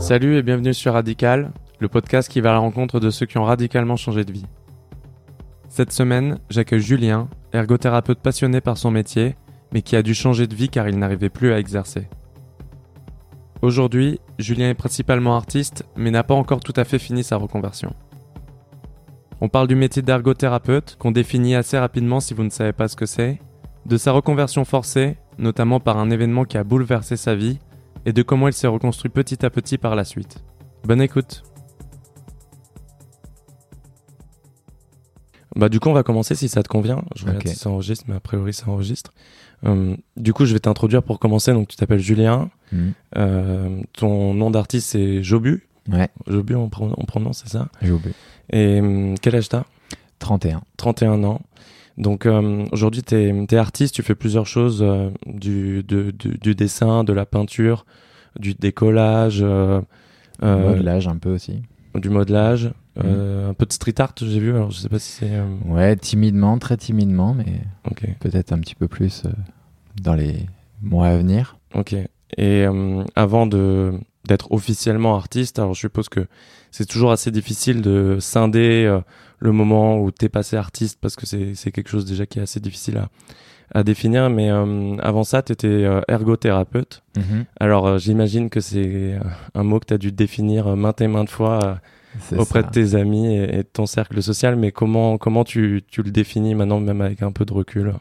Salut et bienvenue sur Radical, le podcast qui va à la rencontre de ceux qui ont radicalement changé de vie. Cette semaine, j'accueille Julien, ergothérapeute passionné par son métier, mais qui a dû changer de vie car il n'arrivait plus à exercer. Aujourd'hui, Julien est principalement artiste, mais n'a pas encore tout à fait fini sa reconversion. On parle du métier d'ergothérapeute, qu'on définit assez rapidement si vous ne savez pas ce que c'est, de sa reconversion forcée, notamment par un événement qui a bouleversé sa vie, et de comment il s'est reconstruit petit à petit par la suite. Bonne écoute. Du coup, on va commencer si ça te convient. Je regarde si ça enregistre, mais a priori ça enregistre. Du coup, je vais t'introduire pour commencer. Donc, tu t'appelles Julien. Ton nom d'artiste, c'est Jobu. Ouais. Jobu, on prononce, c'est ça? Jobu. Et quel âge t'as? 31. 31 ans. Donc, aujourd'hui, t'es artiste, tu fais plusieurs choses, du dessin, de la peinture, du décollage. Modelage un peu aussi. Du modelage. Un peu de street art, j'ai vu. Alors, je sais pas si c'est... Ouais, timidement, très timidement, mais Okay. peut-être un petit peu plus dans les mois à venir. Ok. Et avant d'être officiellement artiste, alors je suppose que c'est toujours assez difficile de scinder le moment où t'es passé artiste, parce que c'est quelque chose déjà qui est assez difficile à définir. Mais avant ça, t'étais ergothérapeute. Alors j'imagine que c'est un mot que t'as dû définir maintes et maintes fois auprès de tes amis et de ton cercle social. Mais comment tu le définis maintenant, même avec un peu de recul?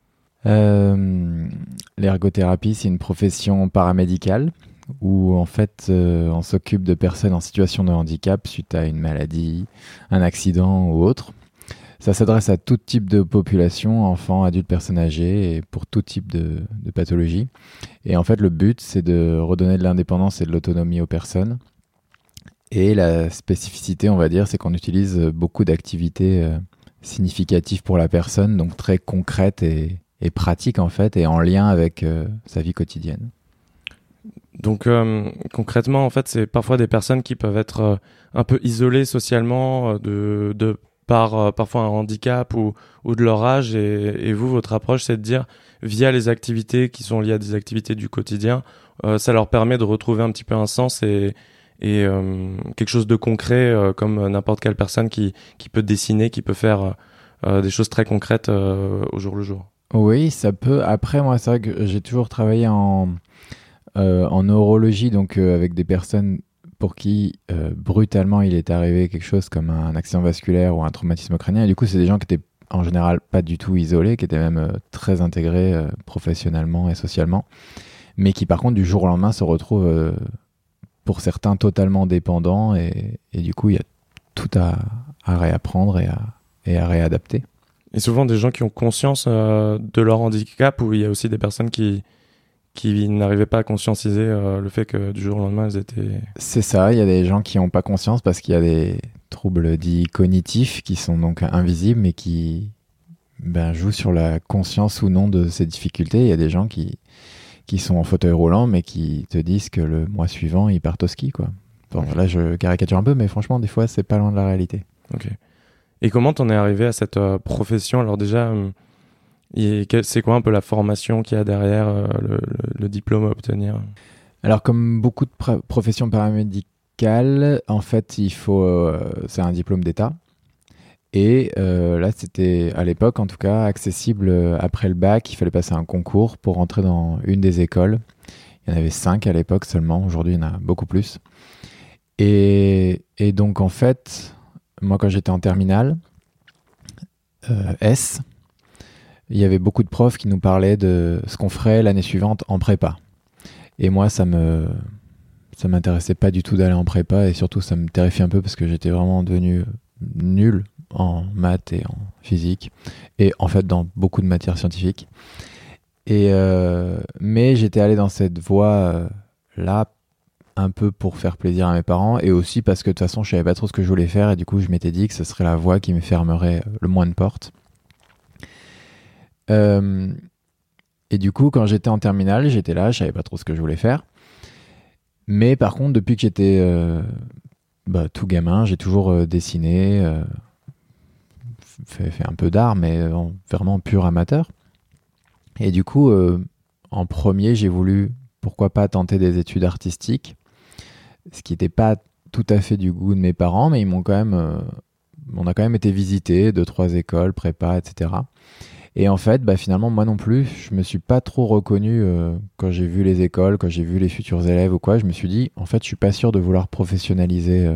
L'ergothérapie, c'est une profession paramédicale où en fait on s'occupe de personnes en situation de handicap suite à une maladie, un accident ou autre. Ça s'adresse à tout type de population, enfants, adultes, personnes âgées, et pour tout type de pathologie. Et en fait, le but, c'est de redonner de l'indépendance et de l'autonomie aux personnes. Et la spécificité, on va dire, c'est qu'on utilise beaucoup d'activités significatives pour la personne, donc très concrètes et pratiques en fait, et en lien avec sa vie quotidienne. Donc concrètement, en fait, c'est parfois des personnes qui peuvent être un peu isolées socialement par parfois un handicap ou de leur âge. Et vous, votre approche, c'est de dire, via les activités qui sont liées à des activités du quotidien, ça leur permet de retrouver un petit peu un sens et quelque chose de concret, comme n'importe quelle personne qui peut dessiner, qui peut faire des choses très concrètes au jour le jour. Oui, ça peut. Après, moi, c'est vrai que j'ai toujours travaillé en neurologie, donc avec des personnes pour qui brutalement il est arrivé quelque chose comme un accident vasculaire ou un traumatisme crânien. Et du coup, c'est des gens qui étaient en général pas du tout isolés, qui étaient même très intégrés professionnellement et socialement, mais qui par contre du jour au lendemain se retrouvent pour certains totalement dépendants et du coup il y a tout à réapprendre et à réadapter. Et souvent des gens qui ont conscience de leur handicap, ou il y a aussi des personnes qui n'arrivaient pas à conscientiser le fait que du jour au lendemain, elles étaient... C'est ça, il y a des gens qui n'ont pas conscience parce qu'il y a des troubles dits cognitifs qui sont donc invisibles mais qui jouent sur la conscience ou non de ces difficultés. Il y a des gens qui sont en fauteuil roulant mais qui te disent que le mois suivant, ils partent au ski, quoi. Bon, là, je caricature un peu, mais franchement, des fois, c'est pas loin de la réalité. Ok. Et comment t'en es arrivé à cette profession? Alors déjà... c'est quoi un peu la formation qu'il y a derrière le diplôme à obtenir? Alors, comme beaucoup de professions paramédicales, en fait, c'est un diplôme d'État. Et là, c'était, à l'époque, en tout cas, accessible après le bac. Il fallait passer un concours pour rentrer dans une des écoles. Il y en avait 5 à l'époque seulement. Aujourd'hui, il y en a beaucoup plus. Et donc, en fait, moi, quand j'étais en terminale, S... il y avait beaucoup de profs qui nous parlaient de ce qu'on ferait l'année suivante en prépa. Et moi, ça m'intéressait pas du tout d'aller en prépa, et surtout, ça me terrifiait un peu parce que j'étais vraiment devenu nul en maths et en physique, et en fait, dans beaucoup de matières scientifiques. Mais j'étais allé dans cette voie-là un peu pour faire plaisir à mes parents, et aussi parce que de toute façon, je savais pas trop ce que je voulais faire, et du coup, je m'étais dit que ce serait la voie qui me fermerait le moins de portes. Et du coup, quand j'étais en terminale, j'étais là, je savais pas trop ce que je voulais faire. Mais par contre, depuis que j'étais tout gamin, j'ai toujours dessiné, fait un peu d'art, mais vraiment pur amateur. Et du coup, en premier, j'ai voulu, pourquoi pas, tenter des études artistiques. ce qui n'était pas tout à fait du goût de mes parents, mais ils m'ont quand même, on a quand même été visiter 2-3 écoles, prépa, etc. Et en fait, bah, finalement, moi non plus, je me suis pas trop reconnu quand j'ai vu les écoles, quand j'ai vu les futurs élèves ou quoi. Je me suis dit, en fait, je suis pas sûr de vouloir professionnaliser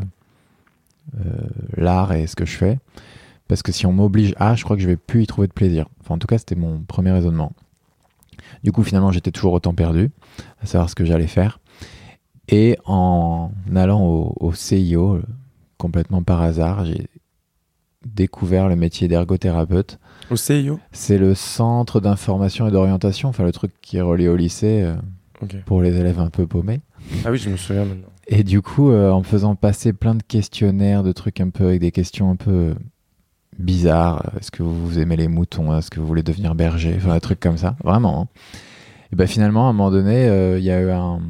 l'art et ce que je fais. Parce que si on m'oblige à, je crois que je vais plus y trouver de plaisir. Enfin, en tout cas, c'était mon premier raisonnement. Du coup, finalement, j'étais toujours autant perdu à savoir ce que j'allais faire. Et en allant au CIO, complètement par hasard, j'ai découvert le métier d'ergothérapeute. Au CIO? C'est le centre d'information et d'orientation, enfin le truc qui est relié au lycée pour les élèves un peu paumés. Ah oui, je me souviens maintenant. Et du coup, en me faisant passer plein de questionnaires, de trucs un peu avec des questions un peu bizarres, est-ce que vous aimez les moutons, est-ce que vous voulez devenir berger, enfin des trucs comme ça, vraiment. Hein. Et ben finalement, à un moment donné, il y a eu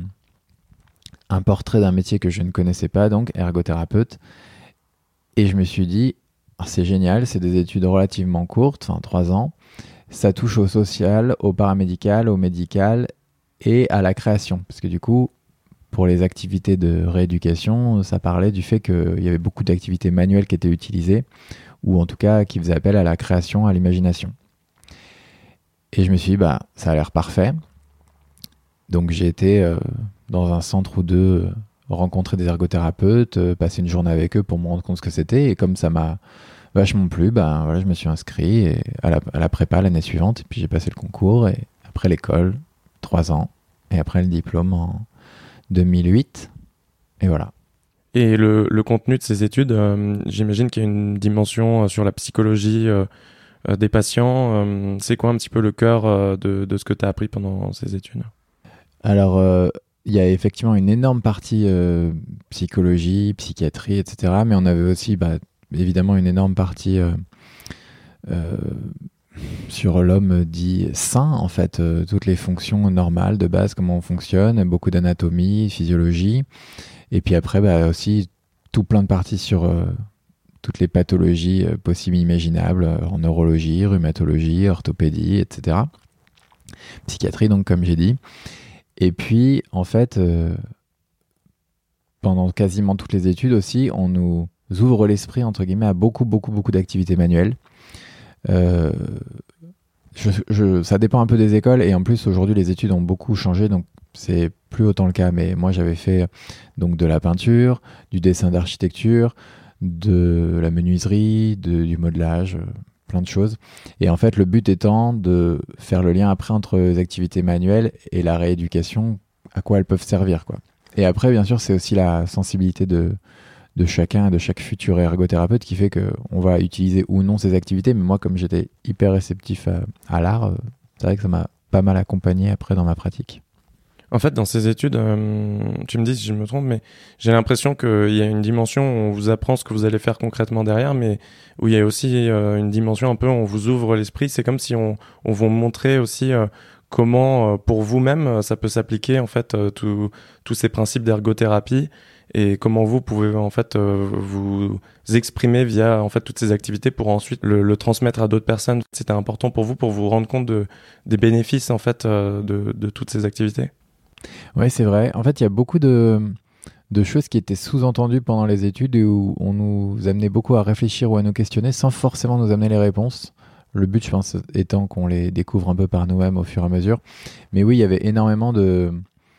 un portrait d'un métier que je ne connaissais pas, donc ergothérapeute. Et je me suis dit, c'est génial, c'est des études relativement courtes, enfin 3 ans. Ça touche au social, au paramédical, au médical et à la création. Parce que du coup, pour les activités de rééducation, ça parlait du fait qu'il y avait beaucoup d'activités manuelles qui étaient utilisées, ou en tout cas qui faisaient appel à la création, à l'imagination. Et je me suis dit, bah, ça a l'air parfait. Donc j'ai été dans un centre ou deux, rencontrer des ergothérapeutes, passer une journée avec eux pour me rendre compte ce que c'était. Et comme ça m'a vachement plu, ben voilà, je me suis inscrit à la prépa l'année suivante, et puis j'ai passé le concours, et après l'école, 3 ans, et après le diplôme en 2008, et voilà. Et le contenu de ces études, j'imagine qu'il y a une dimension sur la psychologie des patients. C'est quoi un petit peu le cœur de ce que tu as appris pendant ces études? Alors, il y a effectivement une énorme partie psychologie, psychiatrie, etc. Mais on avait aussi, évidemment, une énorme partie sur l'homme dit sain, en fait, toutes les fonctions normales de base, comment on fonctionne, beaucoup d'anatomie, physiologie, et puis après aussi tout plein de parties sur toutes les pathologies possibles et imaginables en neurologie, rhumatologie, orthopédie, etc. Psychiatrie, donc comme j'ai dit. Et puis, en fait, pendant quasiment toutes les études aussi, on nous ouvre l'esprit, entre guillemets, à beaucoup, beaucoup, beaucoup d'activités manuelles. Ça dépend un peu des écoles, et en plus aujourd'hui les études ont beaucoup changé, donc c'est plus autant le cas. Mais moi j'avais fait donc de la peinture, du dessin d'architecture, de la menuiserie, du modelage, plein de choses. Et en fait le but étant de faire le lien après entre les activités manuelles et la rééducation, à quoi elles peuvent servir, quoi. Et après bien sûr c'est aussi la sensibilité de chacun, de chaque futur ergothérapeute qui fait qu'on va utiliser ou non ces activités. Mais moi, comme j'étais hyper réceptif à l'art, c'est vrai que ça m'a pas mal accompagné après dans ma pratique. En fait, dans ces études, tu me dis si je me trompe, mais j'ai l'impression qu'il y a une dimension où on vous apprend ce que vous allez faire concrètement derrière, mais où il y a aussi une dimension un peu où on vous ouvre l'esprit. C'est comme si on vous montrait aussi comment, pour vous-même, ça peut s'appliquer, en fait, tous ces principes d'ergothérapie, et comment vous pouvez en fait vous exprimer via en fait toutes ces activités pour ensuite le transmettre à d'autres personnes. C'était important pour vous rendre compte des bénéfices en fait de toutes ces activités. Oui, c'est vrai. En fait, il y a beaucoup de choses qui étaient sous-entendues pendant les études, et où on nous amenait beaucoup à réfléchir ou à nous questionner sans forcément nous amener les réponses. Le but, je pense, étant qu'on les découvre un peu par nous-mêmes au fur et à mesure. Mais oui, il y avait énormément de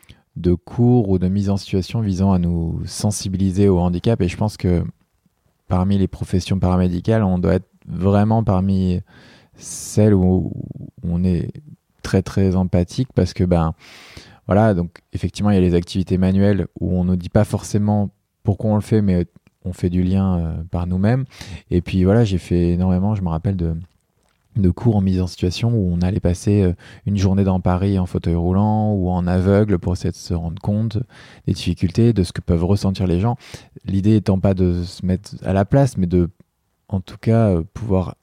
cours ou de mise en situation visant à nous sensibiliser au handicap. Et je pense que parmi les professions paramédicales, on doit être vraiment parmi celles où on est très très empathique, parce que voilà, donc effectivement il y a les activités manuelles où on ne dit pas forcément pourquoi on le fait, mais on fait du lien par nous-mêmes. Et puis voilà, j'ai fait énormément, je me rappelle de cours en mise en situation où on allait passer une journée dans Paris en fauteuil roulant ou en aveugle pour essayer de se rendre compte des difficultés, de ce que peuvent ressentir les gens. L'idée étant pas de se mettre à la place, mais de, en tout cas, pouvoir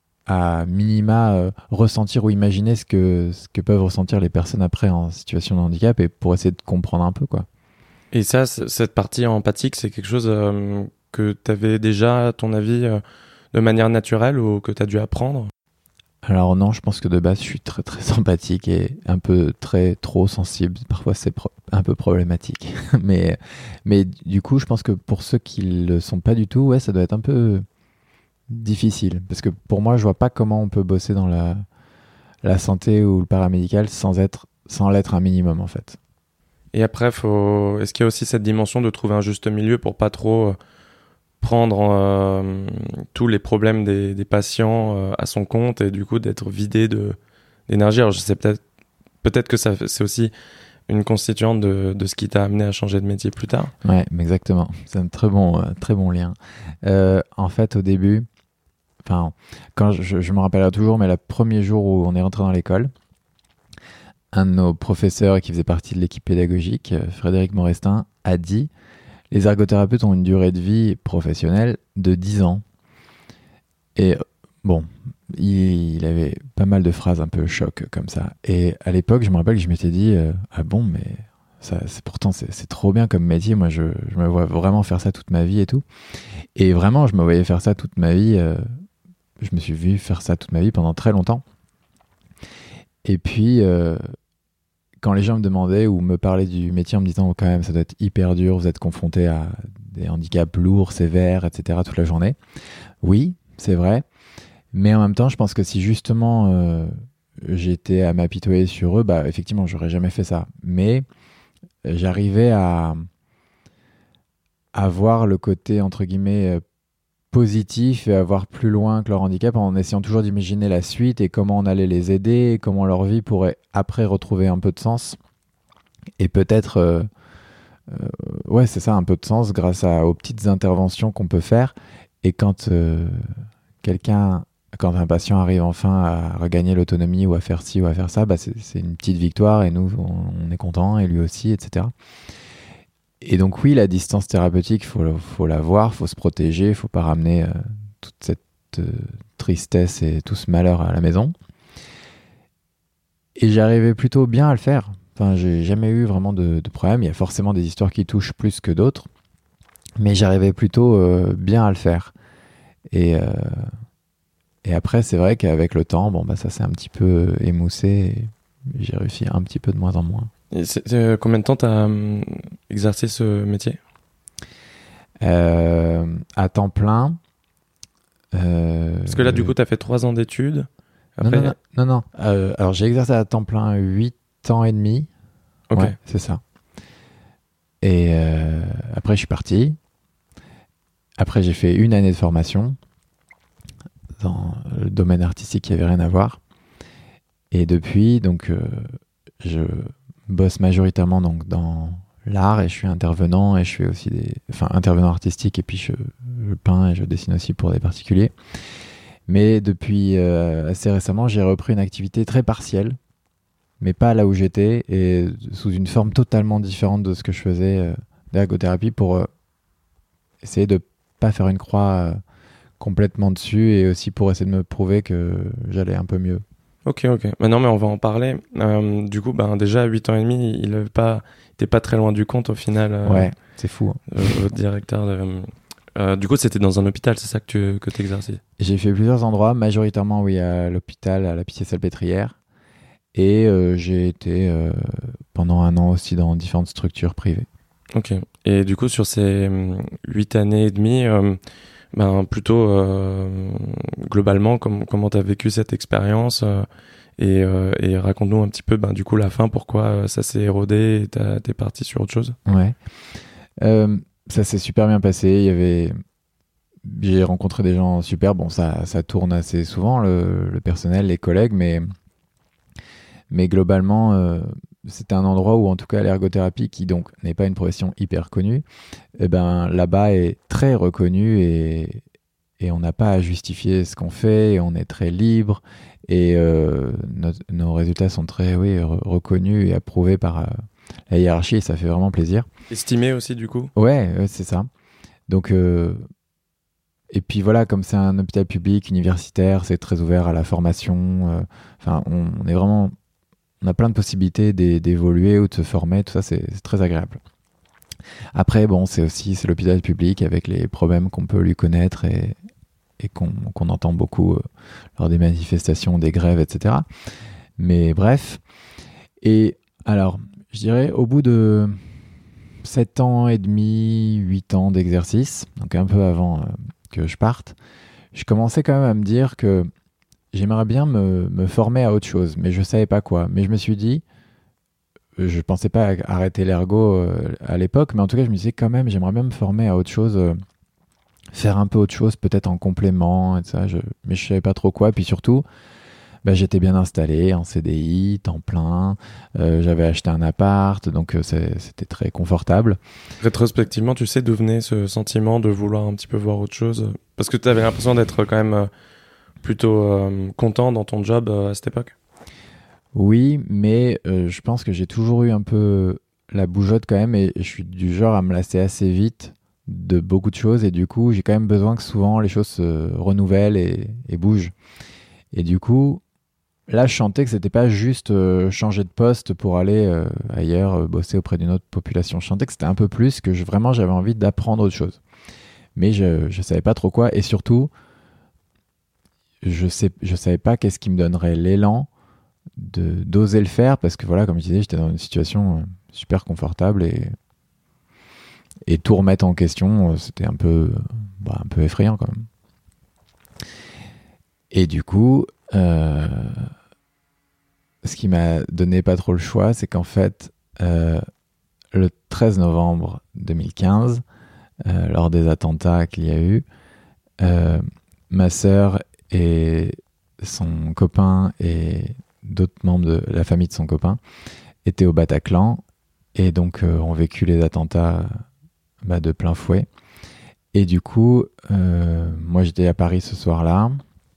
à minima ressentir ou imaginer ce que peuvent ressentir les personnes après en situation de handicap, et pour essayer de comprendre un peu, quoi. Et ça, cette partie empathique, c'est quelque chose que tu avais déjà, à ton avis, de manière naturelle, ou que tu as dû apprendre? Alors non, je pense que de base, je suis très très sympathique et un peu trop sensible. Parfois, c'est un peu problématique. mais du coup, je pense que pour ceux qui le sont pas du tout, ouais, ça doit être un peu difficile. Parce que pour moi, je vois pas comment on peut bosser dans la santé ou le paramédical sans l'être un minimum, en fait. Et après, est-ce qu'il y a aussi cette dimension de trouver un juste milieu pour pas trop prendre tous les problèmes des patients à son compte et du coup d'être vidé d'énergie. Alors je sais peut-être que c'est aussi une constituante de ce qui t'a amené à changer de métier plus tard. Ouais, exactement. C'est un très bon lien. En fait, au début, quand je me rappellerai toujours, mais le premier jour où on est rentré dans l'école, un de nos professeurs qui faisait partie de l'équipe pédagogique, Frédéric Morestin, a dit: les ergothérapeutes ont une durée de vie professionnelle de 10 ans. Et bon, il avait pas mal de phrases un peu choc comme ça. Et à l'époque, je me rappelle que je m'étais dit ah bon, mais pourtant c'est trop bien comme métier. Moi, je me vois vraiment faire ça toute ma vie et tout. Et vraiment, je me voyais faire ça toute ma vie. Je me suis vu faire ça toute ma vie pendant très longtemps. Et puis, quand les gens me demandaient ou me parlaient du métier en me disant quand même ça doit être hyper dur, vous êtes confronté à des handicaps lourds, sévères, etc. toute la journée. Oui, c'est vrai. Mais en même temps, je pense que si justement j'étais à m'apitoyer sur eux, bah effectivement, j'aurais jamais fait ça. Mais j'arrivais à voir le côté entre guillemets positif et à voir plus loin que leur handicap en essayant toujours d'imaginer la suite et comment on allait les aider, et comment leur vie pourrait après retrouver un peu de sens. Et peut-être, ouais, c'est ça, un peu de sens grâce aux petites interventions qu'on peut faire. Et quand quand un patient arrive enfin à regagner l'autonomie ou à faire ci ou à faire ça, bah c'est une petite victoire et nous, on est content et lui aussi, etc. Et donc oui, la distance thérapeutique, faut la voir, faut se protéger, faut pas ramener toute cette tristesse et tout ce malheur à la maison. Et j'arrivais plutôt bien à le faire. Enfin, j'ai jamais eu vraiment de problème. Il y a forcément des histoires qui touchent plus que d'autres, mais j'arrivais plutôt bien à le faire. Et après, c'est vrai qu'avec le temps, bon, bah, ça s'est un petit peu émoussé et j'ai réussi un petit peu de moins en moins. Et combien de temps tu as exercé ce métier ? À temps plein. Parce que là, du coup, tu as fait 3 ans d'études. Après... Non. Alors, j'ai exercé à temps plein 8 ans et demi. Ok. Ouais, c'est ça. Et après, je suis parti. Après, j'ai fait 1 année de formation dans le domaine artistique qui avait rien à voir. Et depuis, donc, je bosse majoritairement donc dans l'art et je suis intervenant et je fais aussi intervenant artistique et puis je peins et je dessine aussi pour des particuliers. Mais depuis assez récemment, j'ai repris une activité très partielle, mais pas là où j'étais et sous une forme totalement différente de ce que je faisais d'ergothérapie pour essayer de pas faire une croix complètement dessus et aussi pour essayer de me prouver que j'allais un peu mieux. Ok. Non, mais on va en parler. Du coup, déjà, 8 ans et demi, il était pas très loin du compte au final. Ouais, c'est fou. Votre directeur. Du coup, c'était dans un hôpital, c'est ça que tu exerçais ? J'ai fait plusieurs endroits, majoritairement, oui, à l'hôpital, à la Pitié-Salpêtrière. Et j'ai été pendant 1 an aussi dans différentes structures privées. Ok. Et du coup, sur ces 8 années et demie, plutôt globalement, comment tu as vécu cette expérience et raconte-nous un petit peu du coup la fin, pourquoi ça s'est érodé et t'es parti sur autre chose. Ouais. Ça s'est super bien passé. J'ai rencontré des gens super. Bon, ça tourne assez souvent, le personnel, les collègues, mais globalement, c'était un endroit où, en tout cas, l'ergothérapie, qui donc n'est pas une profession hyper connue, là-bas est très reconnue et on n'a pas à justifier ce qu'on fait, et on est très libre et nos résultats sont très reconnus et approuvés par la hiérarchie et ça fait vraiment plaisir. Estimé aussi du coup ? Ouais, c'est ça. Donc, et puis voilà, comme c'est un hôpital public, universitaire, c'est très ouvert à la formation. On a plein de possibilités d'évoluer ou de se former, tout ça, c'est très agréable. Après, bon, c'est l'hôpital public avec les problèmes qu'on peut lui connaître et qu'on entend beaucoup lors des manifestations, des grèves, etc. Mais bref. Et alors, je dirais, au bout de 7 ans et demi, 8 ans d'exercice, donc un peu avant que je parte, je commençais quand même à me dire que j'aimerais bien me former à autre chose, mais je savais pas quoi. Mais je me suis dit, je pensais pas arrêter l'ergo à l'époque, mais en tout cas, je me disais quand même, j'aimerais bien me former à autre chose, faire un peu autre chose, peut-être en complément, et ça, mais je savais pas trop quoi. Puis surtout, j'étais bien installé en CDI, temps plein, j'avais acheté un appart, donc c'était très confortable. Rétrospectivement, tu sais d'où venait ce sentiment de vouloir un petit peu voir autre chose? Parce que tu avais l'impression d'être quand même plutôt content dans ton job à cette époque. Oui, mais je pense que j'ai toujours eu un peu la bougeotte quand même, et je suis du genre à me lasser assez vite de beaucoup de choses, et du coup, j'ai quand même besoin que souvent les choses se renouvellent et bougent. Et du coup, là, je sentais que c'était pas juste changer de poste pour aller ailleurs, bosser auprès d'une autre population. Je sentais que c'était un peu plus, que vraiment j'avais envie d'apprendre autre chose. Mais je savais pas trop quoi, et surtout, je savais pas qu'est-ce qui me donnerait l'élan d'oser le faire, parce que voilà, comme je disais, j'étais dans une situation super confortable, et tout remettre en question, c'était un peu effrayant quand même. Et du coup, ce qui m'a donné pas trop le choix, c'est qu'en fait, le 13 novembre 2015, lors des attentats qu'il y a eu, ma sœur et son copain et d'autres membres de la famille de son copain étaient au Bataclan, et donc ont vécu les attentats de plein fouet. Et du coup, moi j'étais à Paris ce soir-là.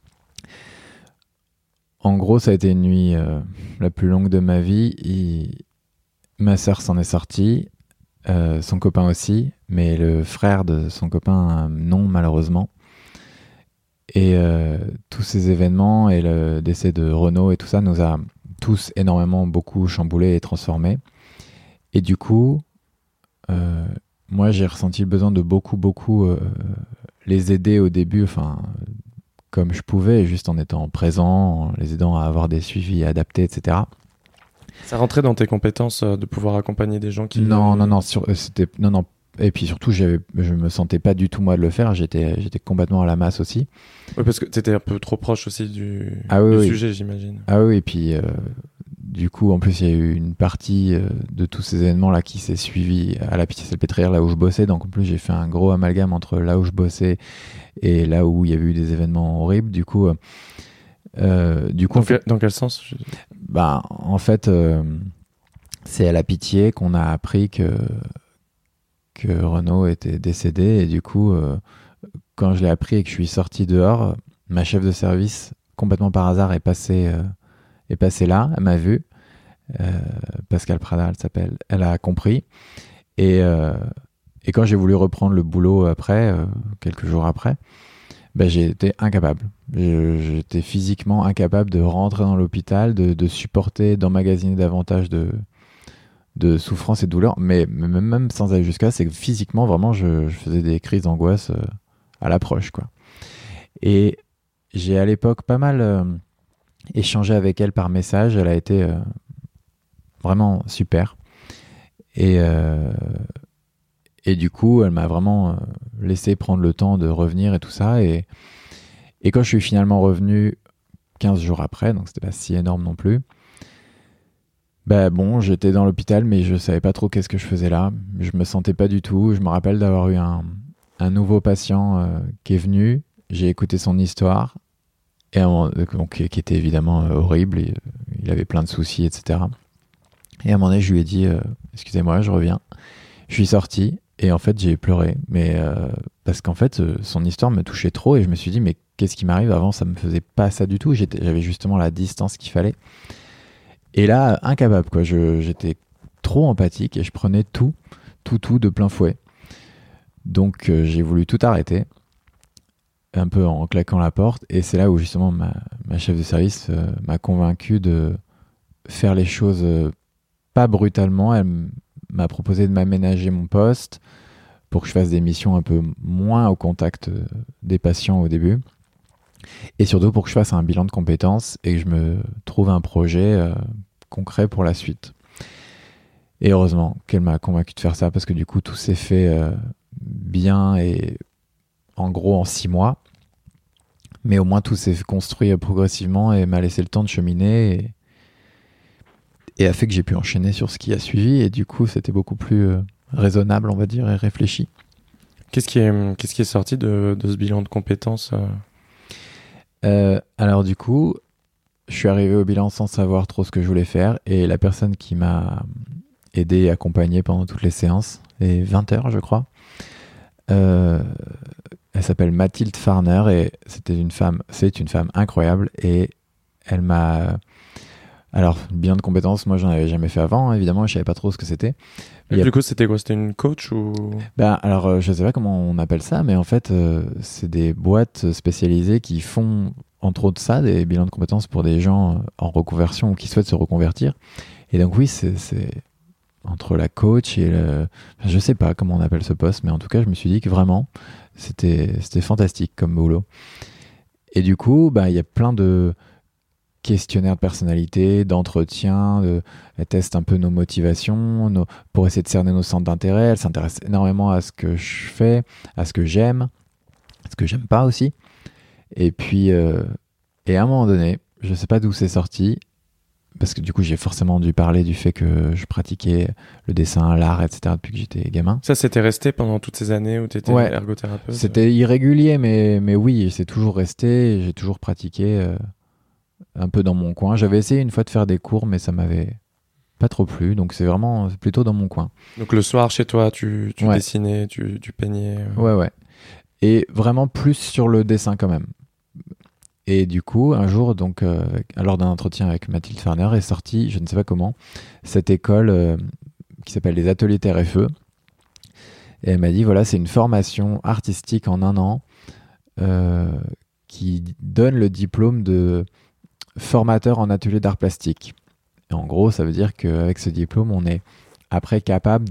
En gros, ça a été une nuit la plus longue de ma vie. Ma sœur s'en est sortie, son copain aussi, mais le frère de son copain, non, malheureusement. Et tous ces événements et le décès de Renaud et tout ça nous a tous énormément beaucoup chamboulés et transformés. Et du coup, moi j'ai ressenti le besoin de beaucoup les aider au début, comme je pouvais, juste en étant présent, en les aidant à avoir des suivis adaptés, etc. Ça rentrait dans tes compétences de pouvoir accompagner des gens qui... Non. Et puis surtout, je me sentais pas du tout moi de le faire. J'étais complètement à la masse aussi. Oui, parce que t'étais un peu trop proche aussi du sujet, j'imagine. Ah oui, et puis du coup, en plus, il y a eu une partie de tous ces événements-là qui s'est suivie à la Pitié-Salpêtrière, là où je bossais. Donc en plus, j'ai fait un gros amalgame entre là où je bossais et là où il y a eu des événements horribles. Du coup, dans quel sens? En fait, c'est à la Pitié qu'on a appris que Renaud était décédé, et du coup, quand je l'ai appris et que je suis sorti dehors, ma chef de service, complètement par hasard, est passée là, elle m'a vu, Pascal Prada, elle s'appelle, elle a compris, et quand j'ai voulu reprendre le boulot après, quelques jours après, j'ai été incapable. J'étais physiquement incapable de rentrer dans l'hôpital, de supporter, d'emmagasiner davantage de souffrance et de douleur, mais même sans aller jusqu'à, c'est que physiquement, vraiment, je faisais des crises d'angoisse à l'approche, quoi. Et j'ai à l'époque pas mal échangé avec elle par message. Elle a été vraiment super. Et du coup, elle m'a vraiment laissé prendre le temps de revenir et tout ça. Et quand je suis finalement revenu 15 jours après, donc c'était pas si énorme non plus, j'étais dans l'hôpital, mais je savais pas trop qu'est-ce que je faisais là. Je me sentais pas du tout. Je me rappelle d'avoir eu un nouveau patient qui est venu. J'ai écouté son histoire, et qui était évidemment horrible. Il avait plein de soucis, etc. Et à un moment donné, je lui ai dit excusez-moi, je reviens. Je suis sorti, et en fait, j'ai pleuré. Mais parce qu'en fait, son histoire me touchait trop, et je me suis dit, mais qu'est-ce qui m'arrive? Avant, ça me faisait pas ça du tout. J'avais justement la distance qu'il fallait. Et là, incapable, quoi. J'étais trop empathique, et je prenais tout de plein fouet. Donc, j'ai voulu tout arrêter, un peu en claquant la porte. Et c'est là où, justement, ma chef de service m'a convaincu de faire les choses pas brutalement. Elle m'a proposé de m'aménager mon poste, pour que je fasse des missions un peu moins au contact des patients au début. Et surtout pour que je fasse un bilan de compétences et que je me trouve un projet concret pour la suite. Et heureusement qu'elle m'a convaincu de faire ça, parce que du coup, tout s'est fait bien et en gros en 6 mois. Mais au moins, tout s'est construit progressivement et m'a laissé le temps de cheminer et a fait que j'ai pu enchaîner sur ce qui a suivi. Et du coup, c'était beaucoup plus raisonnable, on va dire, et réfléchi. Qu'est-ce qui est sorti de ce bilan de compétences Alors du coup, je suis arrivé au bilan sans savoir trop ce que je voulais faire. Et la personne qui m'a aidé et accompagné pendant toutes les séances, et 20 heures, je crois, elle s'appelle Mathilde Farner et c'est une femme incroyable et elle m'a... Alors, bilan de compétences, moi j'en avais jamais fait avant, évidemment, je savais pas trop ce que c'était. Du coup, c'était quoi? C'était une coach ou... Alors, je sais pas comment on appelle ça, mais en fait, c'est des boîtes spécialisées qui font, entre autres ça, des bilans de compétences pour des gens en reconversion ou qui souhaitent se reconvertir. Et donc oui, c'est entre la coach et le... Enfin, je sais pas comment on appelle ce poste, mais en tout cas, je me suis dit que vraiment, c'était fantastique comme boulot. Et du coup, il y a plein de questionnaires de personnalité, d'entretien, elle teste un peu nos motivations, pour essayer de cerner nos centres d'intérêt. Elle s'intéresse énormément à ce que je fais, à ce que j'aime, à ce que j'aime pas aussi. Et puis, et à un moment donné, je sais pas d'où c'est sorti, parce que du coup, j'ai forcément dû parler du fait que je pratiquais le dessin, l'art, etc. depuis que j'étais gamin. Ça, c'était resté pendant toutes ces années où tu étais ergothérapeute? C'était irrégulier, mais oui, c'est toujours resté. J'ai toujours pratiqué un peu dans mon coin. J'avais essayé une fois de faire des cours, mais ça m'avait pas trop plu. Donc, c'est vraiment plutôt dans mon coin. Donc, le soir, chez toi, tu dessinais, tu peignais Ouais. Et vraiment plus sur le dessin quand même. Et du coup, un jour, donc, lors d'un entretien avec Mathilde Farner, est sortie, je ne sais pas comment, cette école qui s'appelle les Ateliers Terre et Feu. Et elle m'a dit, voilà, c'est une formation artistique en 1 an qui donne le diplôme de formateur en atelier d'art plastique. Et en gros, ça veut dire qu'avec ce diplôme, on est après capable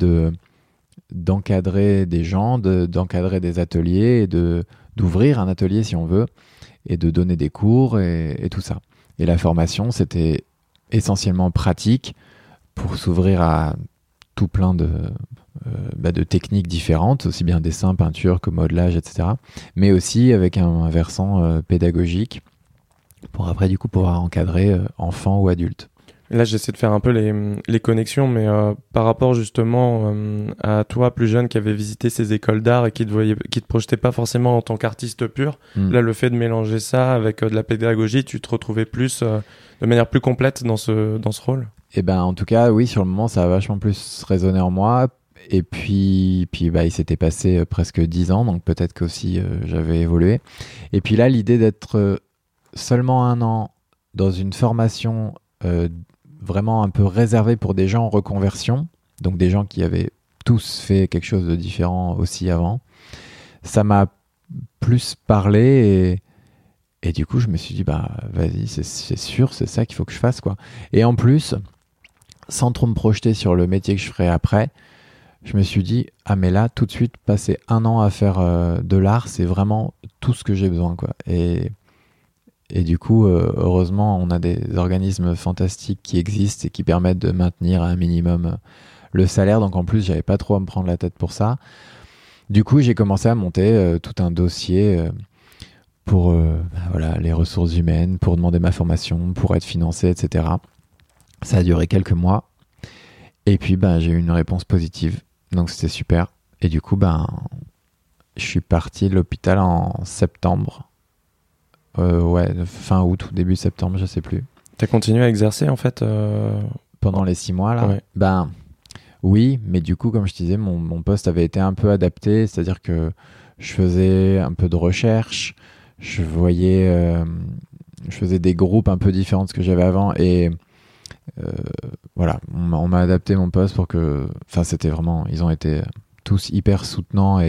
d'encadrer des gens, d'encadrer des ateliers et d'ouvrir un atelier si on veut, et de donner des cours et tout ça. Et la formation, c'était essentiellement pratique pour s'ouvrir à tout plein de techniques différentes, aussi bien dessin, peinture que modelage, etc. Mais aussi avec un versant pédagogique pour après du coup pouvoir encadrer enfants ou adultes. Là, j'essaie de faire un peu les connexions, mais par rapport justement à toi, plus jeune, qui avait visité ces écoles d'art et qui te projetait pas forcément en tant qu'artiste pur, là, le fait de mélanger ça avec de la pédagogie, tu te retrouvais plus, de manière plus complète dans ce rôle? Eh ben, en tout cas, oui, sur le moment, ça a vachement plus résonné en moi. Et puis il s'était passé presque 10 ans, donc peut-être qu'aussi j'avais évolué. Et puis là, l'idée d'être seulement 1 an dans une formation vraiment un peu réservé pour des gens en reconversion, donc des gens qui avaient tous fait quelque chose de différent aussi avant. Ça m'a plus parlé et du coup je me suis dit vas-y, c'est sûr, c'est ça qu'il faut que je fasse quoi. Et en plus, sans trop me projeter sur le métier que je ferais après, je me suis dit mais là tout de suite passer 1 an à faire de l'art, c'est vraiment tout ce que j'ai besoin quoi. Et du coup, heureusement, on a des organismes fantastiques qui existent et qui permettent de maintenir à un minimum le salaire. Donc en plus, j'avais pas trop à me prendre la tête pour ça. Du coup, j'ai commencé à monter tout un dossier pour les ressources humaines, pour demander ma formation, pour être financé, etc. Ça a duré quelques mois. Et puis, j'ai eu une réponse positive. Donc c'était super. Et du coup, je suis parti de l'hôpital en septembre. Fin août ou début septembre, je sais plus. T'as continué à exercer en fait pendant les 6 mois là? Ouais. Oui, mais du coup, comme je te disais, mon poste avait été un peu adapté, c'est-à-dire que je faisais un peu de recherche, je faisais des groupes un peu différents de ce que j'avais avant et on m'a adapté mon poste pour que, c'était vraiment, ils ont été tous hyper soutenants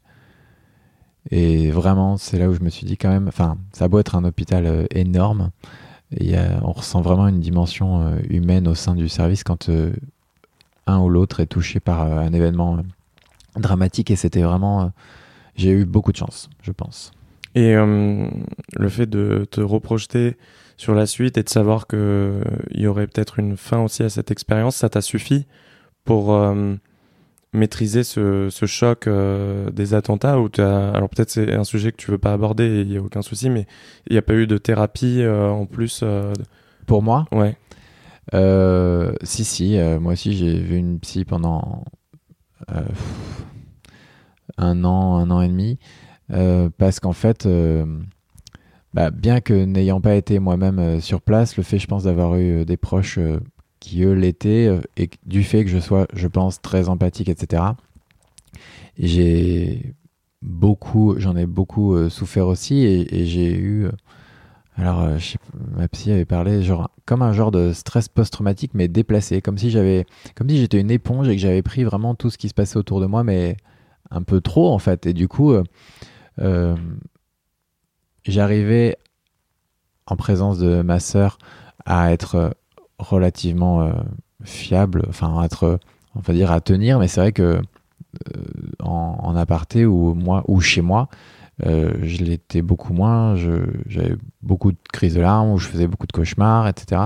et vraiment, c'est là où je me suis dit quand même, ça a beau être un hôpital énorme, on ressent vraiment une dimension humaine au sein du service quand un ou l'autre est touché par un événement dramatique et c'était vraiment... j'ai eu beaucoup de chance, je pense. Et le fait de te reprojeter sur la suite et de savoir qu'il y aurait peut-être une fin aussi à cette expérience, ça t'a suffi pour maîtriser ce choc des attentats ou alors peut-être c'est un sujet que tu veux pas aborder et il n'y a aucun souci, mais il n'y a pas eu de thérapie en plus Pour moi, Ouais. si, moi aussi j'ai vu une psy pendant 1 an et demi, parce qu'en fait, bien que n'ayant pas été moi-même sur place, le fait, je pense, d'avoir eu des proches qui, eux, l'étaient, et du fait que je sois, je pense, très empathique, etc., j'en ai beaucoup souffert aussi, et j'ai eu... ma psy avait parlé comme un genre de stress post-traumatique, mais déplacé, comme si j'étais une éponge et que j'avais pris vraiment tout ce qui se passait autour de moi, mais un peu trop en fait. Et du coup, j'arrivais en présence de ma sœur à être relativement fiable, enfin on va dire à tenir, mais c'est vrai que en aparté ou chez moi, je l'étais beaucoup moins. J'avais beaucoup de crises de larmes, où je faisais beaucoup de cauchemars, etc.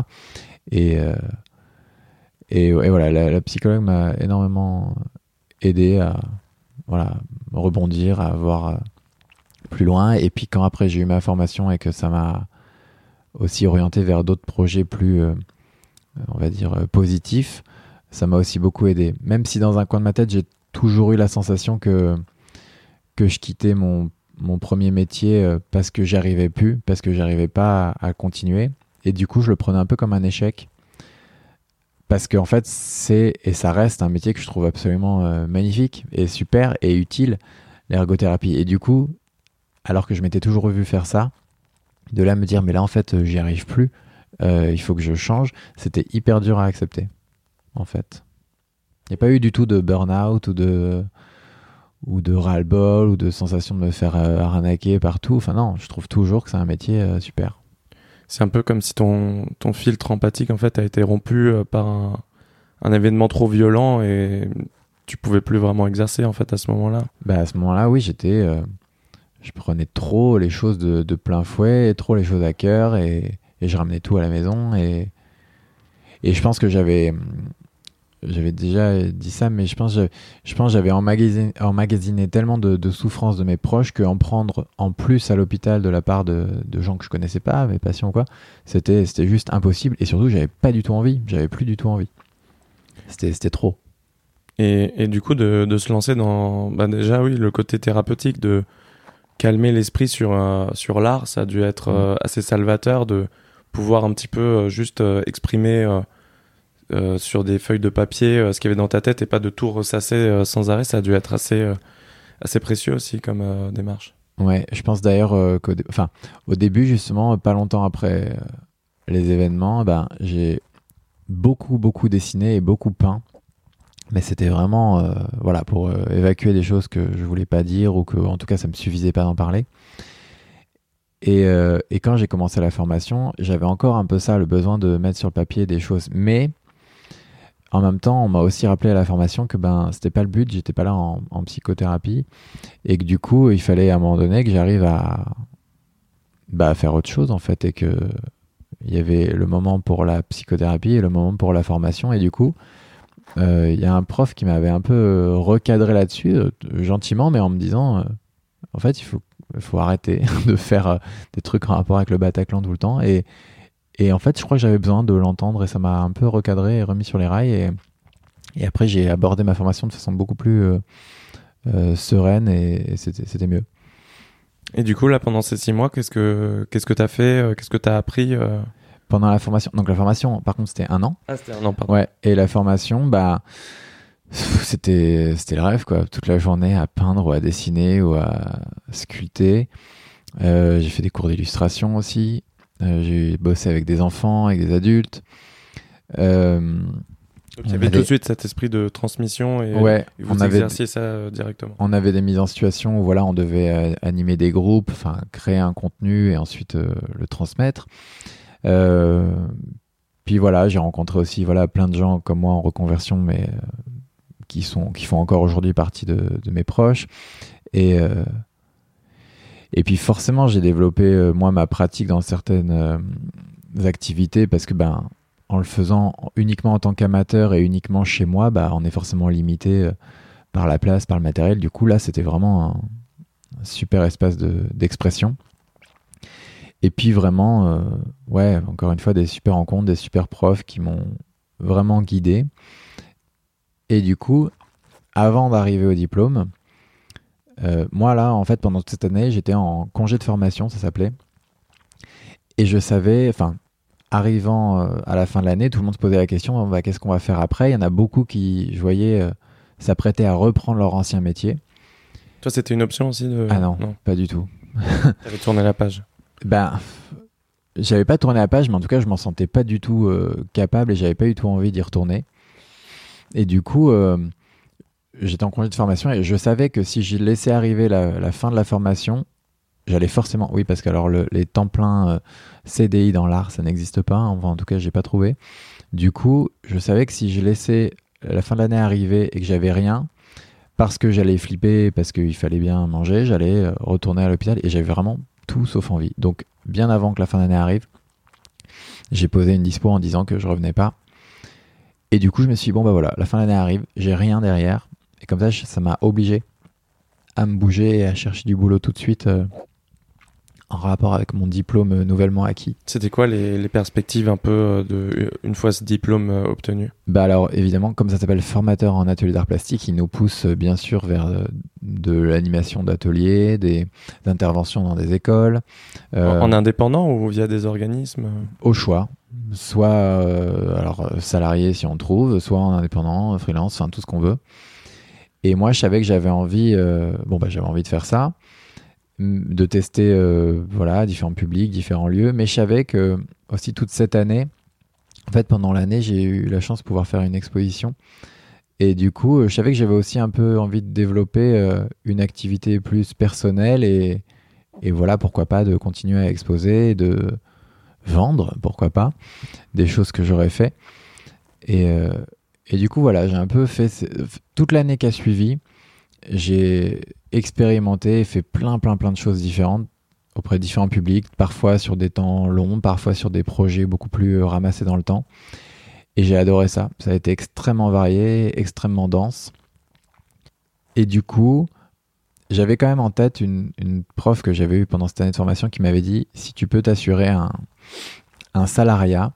Et voilà, la psychologue m'a énormément aidé à rebondir, à voir plus loin. Et puis quand après j'ai eu ma formation et que ça m'a aussi orienté vers d'autres projets plus, on va dire, positifs, ça m'a aussi beaucoup aidé. Même si dans un coin de ma tête, j'ai toujours eu la sensation que je quittais mon premier métier parce que j'arrivais plus, parce que j'arrivais pas à continuer. Et du coup, je le prenais un peu comme un échec. Parce qu'en fait, c'est et ça reste un métier que je trouve absolument magnifique et super et utile, l'ergothérapie. Et du coup, alors que je m'étais toujours vu faire ça, de là me dire, mais là, en fait, j'y arrive plus, il faut que je change, c'était hyper dur à accepter, en fait. Il n'y a pas eu du tout de burn-out ou de ras-le-bol ou de sensation de me faire arnaquer partout. Enfin non, je trouve toujours que c'est un métier super. C'est un peu comme si ton filtre empathique en fait a été rompu par un événement trop violent et tu pouvais plus vraiment exercer en fait à ce moment-là. À ce moment-là, oui, je prenais trop les choses de plein fouet, trop les choses à cœur et je ramenais tout à la maison et je pense que j'avais déjà dit ça, mais je pense que j'avais emmagasiné tellement de souffrances de mes proches qu'en prendre en plus à l'hôpital de la part de gens que je connaissais pas, mes patients quoi, c'était juste impossible. Et surtout, j'avais pas du tout envie. J'avais plus du tout envie. C'était trop. Et du coup, de se lancer dans... déjà, oui, le côté thérapeutique, de calmer l'esprit sur l'art, ça a dû être assez salvateur de pouvoir un petit peu juste exprimer... sur des feuilles de papier ce qu'il y avait dans ta tête et pas de tout ressasser sans arrêt, ça a dû être assez précieux aussi comme démarche. Ouais, je pense d'ailleurs au début justement, pas longtemps après les événements, j'ai beaucoup dessiné et beaucoup peint, mais c'était vraiment pour évacuer des choses que je voulais pas dire ou que en tout cas ça me suffisait pas d'en parler. Et quand j'ai commencé la formation, j'avais encore un peu ça, le besoin de mettre sur le papier des choses, mais en même temps, on m'a aussi rappelé à la formation que c'était pas le but, j'étais pas là en psychothérapie et que du coup, il fallait à un moment donné que j'arrive à faire autre chose en fait et que il y avait le moment pour la psychothérapie et le moment pour la formation et du coup, il y a un prof qui m'avait un peu recadré là-dessus, gentiment, mais en me disant en fait, il faut arrêter de faire des trucs en rapport avec le Bataclan tout le temps et en fait, je crois que j'avais besoin de l'entendre et ça m'a un peu recadré et remis sur les rails. Et après, j'ai abordé ma formation de façon beaucoup plus sereine et c'était mieux. Et du coup, là, pendant ces 6 mois, qu'est-ce que t'as fait qu'est-ce que t'as appris Pendant la formation. Donc la formation, par contre, c'était 1 an. Ah, c'était 1 an, pardon. Ouais. Et la formation, c'était le rêve, quoi. Toute la journée à peindre ou à dessiner ou à sculpter. J'ai fait des cours d'illustration aussi. J'ai bossé avec des enfants, avec des adultes. Donc il y avait tout de suite cet esprit de transmission et vous exerciez ça directement. On avait des mises en situation où on devait animer des groupes, créer un contenu et ensuite le transmettre. Puis j'ai rencontré aussi plein de gens comme moi en reconversion, mais qui font encore aujourd'hui partie de mes proches. Et puis forcément, j'ai développé moi ma pratique dans certaines activités parce que en le faisant uniquement en tant qu'amateur et uniquement chez moi, on est forcément limité par la place, par le matériel. Du coup, là, c'était vraiment un super espace d'expression. Et puis vraiment, encore une fois, des super rencontres, des super profs qui m'ont vraiment guidé. Et du coup, avant d'arriver au diplôme, moi là, en fait, pendant toute cette année, j'étais en congé de formation, ça s'appelait. Et je savais, arrivant à la fin de l'année, tout le monde se posait la question, qu'est-ce qu'on va faire après ? Il y en a beaucoup qui, je voyais, s'apprêtaient à reprendre leur ancien métier. Toi, c'était une option aussi de... Ah non, pas du tout. T'avais tourné la page. J'avais pas tourné la page, mais en tout cas, je m'en sentais pas du tout capable et j'avais pas du tout envie d'y retourner. Et du coup, j'étais en congé de formation et je savais que si je laissais arriver la fin de la formation, j'allais forcément... Oui, parce que alors les temps pleins CDI dans l'art, ça n'existe pas. Enfin, en tout cas, j'ai pas trouvé. Du coup, je savais que si je laissais la fin de l'année arriver et que j'avais rien, parce que j'allais flipper, parce qu'il fallait bien manger, j'allais retourner à l'hôpital et j'avais vraiment tout sauf envie. Donc, bien avant que la fin d'année arrive, j'ai posé une dispo en disant que je revenais pas. Et du coup, je me suis dit, voilà, la fin d'année arrive, j'ai rien derrière. Et comme ça m'a obligé à me bouger et à chercher du boulot tout de suite en rapport avec mon diplôme nouvellement acquis. C'était quoi les perspectives un peu une fois ce diplôme obtenu ? Alors évidemment, comme ça s'appelle formateur en atelier d'art plastique, il nous pousse bien sûr vers de l'animation d'ateliers, des interventions dans des écoles. En indépendant ou via des organismes ? Au choix. Soit salarié si on trouve, soit en indépendant, freelance, tout ce qu'on veut. Et moi, je savais que j'avais envie, j'avais envie de faire ça, de tester différents publics, différents lieux, mais je savais que aussi toute cette année, en fait pendant l'année, j'ai eu la chance de pouvoir faire une exposition et du coup, je savais que j'avais aussi un peu envie de développer une activité plus personnelle et voilà, pourquoi pas de continuer à exposer, de vendre, pourquoi pas, des choses que j'aurais fait et du coup voilà, j'ai un peu fait toute l'année qui a suivi. J'ai expérimenté et fait plein de choses différentes auprès de différents publics, parfois sur des temps longs, parfois sur des projets beaucoup plus ramassés dans le temps. Et j'ai adoré ça. Ça a été extrêmement varié, extrêmement dense. Et du coup, j'avais quand même en tête une prof que j'avais eue pendant cette année de formation qui m'avait dit, si tu peux t'assurer un salariat,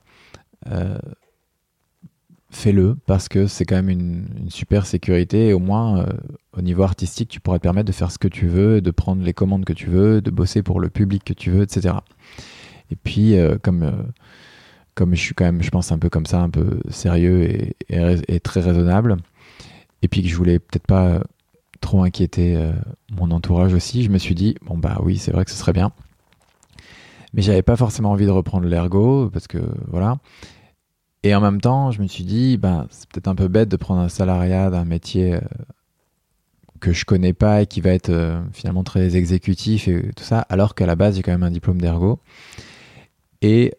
fais-le, parce que c'est quand même une super sécurité et au moins au niveau artistique tu pourras te permettre de faire ce que tu veux, de prendre les commandes que tu veux, de bosser pour le public que tu veux, etc. Et puis comme je suis quand même, je pense, un peu comme ça, un peu sérieux et très raisonnable, et puis que je voulais peut-être pas trop inquiéter mon entourage aussi, je me suis dit oui, c'est vrai que ce serait bien, mais j'avais pas forcément envie de reprendre l'ergo parce que voilà. Et en même temps, je me suis dit, c'est peut-être un peu bête de prendre un salariat d'un métier que je connais pas et qui va être finalement très exécutif et tout ça, alors qu'à la base, j'ai quand même un diplôme d'ergo. Et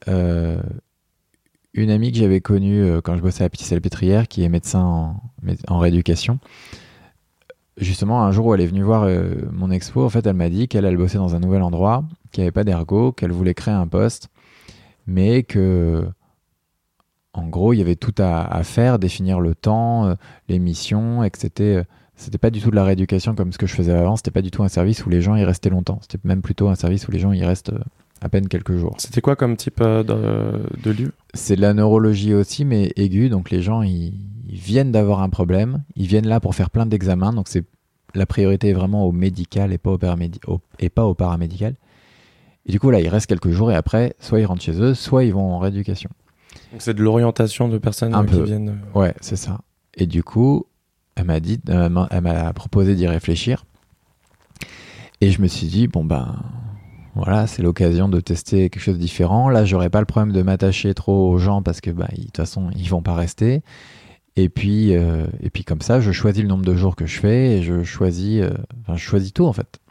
une amie que j'avais connue quand je bossais à Petit-Salpêtrière, qui est médecin en rééducation, justement, un jour où elle est venue voir mon expo, en fait, elle m'a dit qu'elle bossait dans un nouvel endroit, qu'il n'y avait pas d'ergo, qu'elle voulait créer un poste, mais que... En gros, il y avait tout à faire, définir le temps, les missions, et que c'était pas du tout de la rééducation comme ce que je faisais avant, c'était pas du tout un service où les gens y restaient longtemps, c'était même plutôt un service où les gens y restent à peine quelques jours. C'était quoi comme type de lieu ? C'est de la neurologie aussi, mais aiguë, donc les gens ils viennent d'avoir un problème, ils viennent là pour faire plein d'examens, donc la priorité est vraiment au médical et pas au paramédical. Et du coup là, ils restent quelques jours et après, soit ils rentrent chez eux, soit ils vont en rééducation. Donc c'est de l'orientation de personnes qui viennent... Ouais, c'est ça. Et du coup, elle m'a proposé d'y réfléchir. Et je me suis dit, voilà, c'est l'occasion de tester quelque chose de différent. Là, j'aurais pas le problème de m'attacher trop aux gens parce que, de toute façon, ils vont pas rester. Et puis comme ça, je choisis le nombre de jours que je fais et je choisis tout, en fait.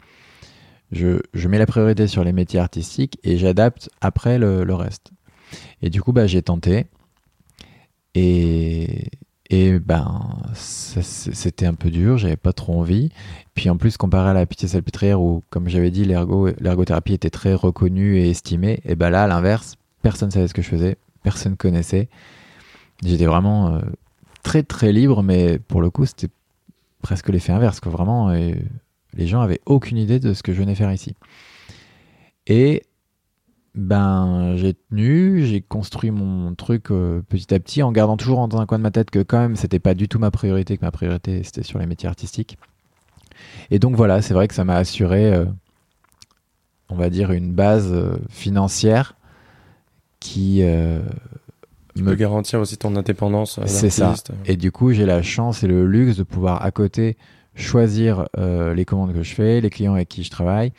Je mets la priorité sur les métiers artistiques et j'adapte après le reste. Et du coup, j'ai tenté. Et Et c'était un peu dur, j'avais pas trop envie. Puis en plus, comparé à la Pitié-Salpêtrière où, comme j'avais dit, l'ergothérapie était très reconnue et estimée, et ben là, à l'inverse, personne savait ce que je faisais, personne connaissait. J'étais vraiment très très libre, mais pour le coup, c'était presque l'effet inverse, quoi. Vraiment, les gens avaient aucune idée de ce que je venais faire ici. Et j'ai tenu, j'ai construit mon truc petit à petit, en gardant toujours dans un coin de ma tête que quand même c'était pas du tout ma priorité, que ma priorité c'était sur les métiers artistiques. Et donc voilà, c'est vrai que ça m'a assuré, on va dire, une base financière qui peut garantir aussi ton indépendance c'est d'artiste. Ça. Et du coup, j'ai la chance et le luxe de pouvoir à côté choisir les commandes que je fais, les clients avec qui je travaille